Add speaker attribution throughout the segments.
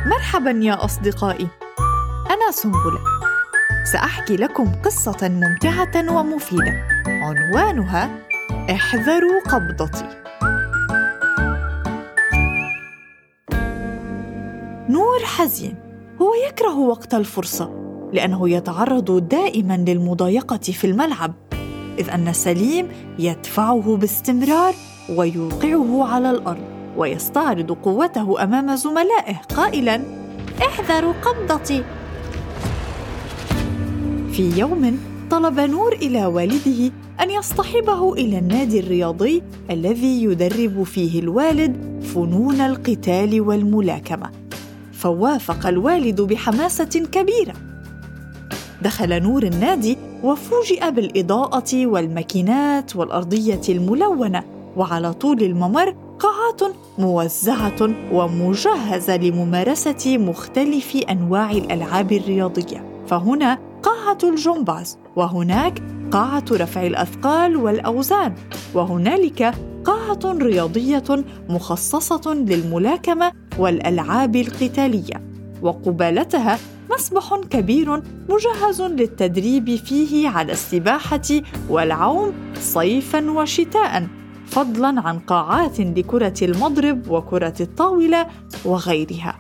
Speaker 1: مرحباً يا أصدقائي، أنا سنبلة. سأحكي لكم قصة ممتعة ومفيدة عنوانها احذروا قبضتي. نور حزين، هو يكره وقت الفرصة لأنه يتعرض دائماً للمضايقة في الملعب، إذ أن سليم يدفعه باستمرار ويوقعه على الأرض ويستعرض قوته أمام زملائه قائلاً: احذروا قبضتي. في يوم طلب نور إلى والده أن يصطحبه إلى النادي الرياضي الذي يدرب فيه الوالد فنون القتال والملاكمة، فوافق الوالد بحماسة كبيرة. دخل نور النادي وفوجئ بالإضاءة والماكينات والأرضية الملونة، وعلى طول الممر قاعات موزعة ومجهزة لممارسة مختلف أنواع الألعاب الرياضية، فهنا قاعة الجمباز، وهناك قاعة رفع الأثقال والأوزان، وهنالك قاعة رياضية مخصصة للملاكمة والألعاب القتالية، وقبالتها مسبح كبير مجهز للتدريب فيه على السباحة والعوم صيفاً وشتاءً، فضلاً عن قاعات لكرة المضرب وكرة الطاولة وغيرها.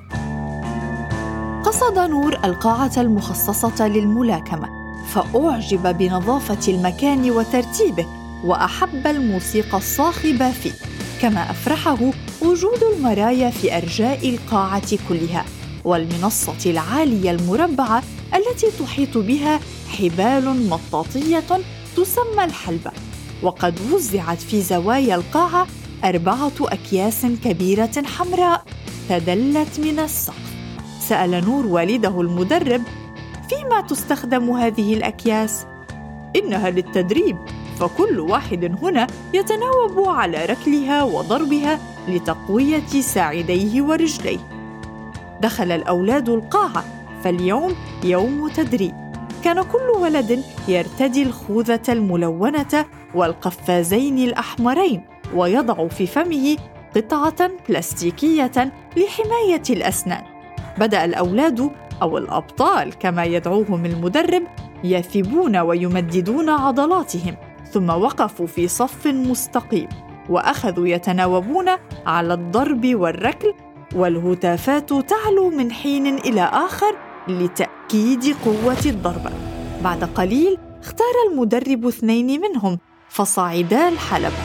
Speaker 1: قصد نور القاعة المخصصة للملاكمة، فأعجب بنظافة المكان وترتيبه، وأحب الموسيقى الصاخبة فيه، كما أفرحه وجود المرايا في أرجاء القاعة كلها، والمنصة العالية المربعة التي تحيط بها حبال مطاطية تسمى الحلبة، وقد وزعت في زوايا القاعة 4 أكياس كبيرة حمراء تدلت من السقف. سأل نور والده المدرب: فيما تستخدم هذه الأكياس؟ إنها للتدريب، فكل واحد هنا يتناوب على ركلها وضربها لتقوية ساعديه ورجليه. دخل الأولاد القاعة، فاليوم يوم تدريب. كان كل ولد يرتدي الخوذة الملونة والقفازين الأحمرين، ويضع في فمه قطعة بلاستيكية لحماية الأسنان. بدأ الأولاد أو الأبطال كما يدعوهم المدرب يثبون ويمددون عضلاتهم، ثم وقفوا في صف مستقيم وأخذوا يتناوبون على الضرب والركل، والهتافات تعلو من حين إلى آخر لتأكيد قوة الضربة. بعد قليل اختار المدرب 2 منهم فصعدا الحلبة.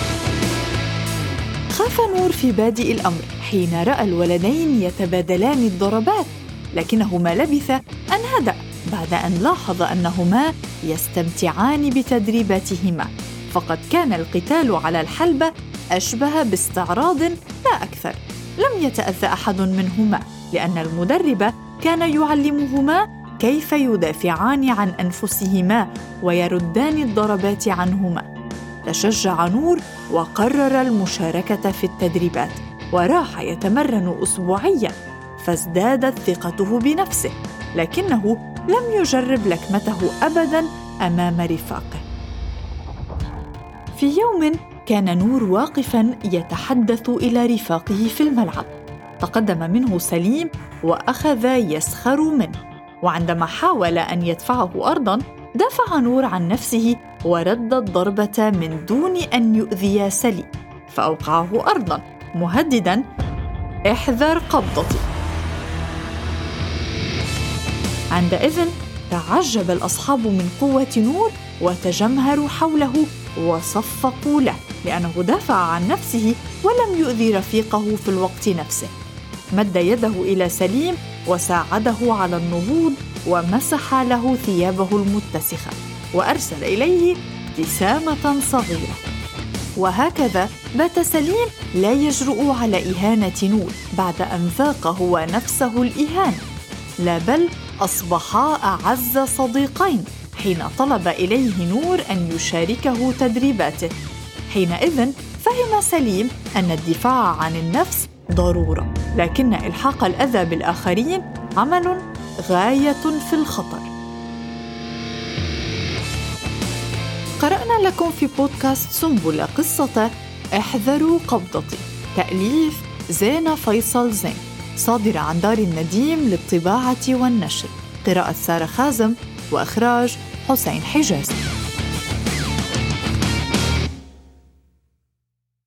Speaker 1: خاف نور في بادئ الأمر حين رأى الولدين يتبادلان الضربات، لكنه ما لبث أن هدأ بعد أن لاحظ أنهما يستمتعان بتدريباتهما، فقد كان القتال على الحلبة أشبه باستعراض لا أكثر. لم يتأذى أحد منهما، لأن المدرب كان يعلمهما كيف يدافعان عن أنفسهما ويردان الضربات عنهما. تشجع نور وقرر المشاركة في التدريبات، وراح يتمرن أسبوعياً، فازدادت ثقته بنفسه، لكنه لم يجرب لكمته أبداً أمام رفاقه. في يوم كان نور واقفاً يتحدث إلى رفاقه في الملعب. تقدم منه سليم وأخذ يسخر منه، وعندما حاول أن يدفعه أرضاً دافع نور عن نفسه ورد الضربة من دون أن يؤذي سليم، فأوقعه أرضاً مهدداً: احذر قبضتي. عندئذ تعجب الأصحاب من قوة نور وتجمهروا حوله وصفقوا له، لأنه دافع عن نفسه ولم يؤذي رفيقه في الوقت نفسه. مد يده إلى سليم وساعده على النهوض ومسح له ثيابه المتسخة وأرسل إليه ابتسامة صغيرة. وهكذا بات سليم لا يجرؤ على إهانة نور بعد أن ذاق هو نفسه الإهانة، لا بل أصبحا أعز صديقين حين طلب إليه نور أن يشاركه تدريباته. حينئذ فهم سليم أن الدفاع عن النفس ضرورة، لكن إلحاق الأذى بالآخرين عمل غاية في الخطر. قرأنا لكم في بودكاست سنبلة قصة احذروا قبضتي، تأليف زينة فيصل زين، صادرة عن دار النديم للطباعة والنشر. قراءة سارة خازم وإخراج حسين حجازي.